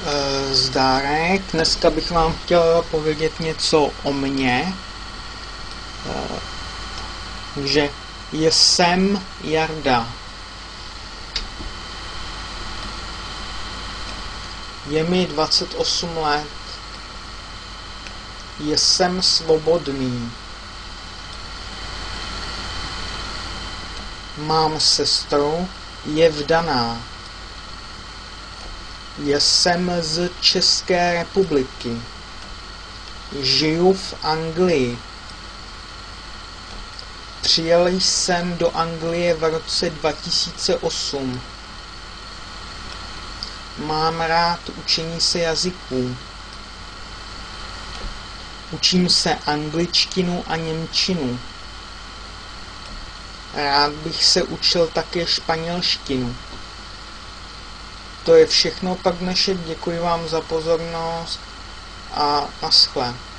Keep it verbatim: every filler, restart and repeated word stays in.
Zdárek, dneska bych vám chtěl povědět něco o mně. Takže jsem Jarda. Je mi dvacet osm let. Jsem svobodný. Mám sestru, je vdaná. Jsem z České republiky. Žiju v Anglii. Přijel jsem do Anglie v roce dva tisíce osm. Mám rád učení se jazyků. Učím se angličtinu a němčinu. Rád bych se učil také španělštinu. To je všechno pro dnešek, děkuji vám za pozornost a naschle.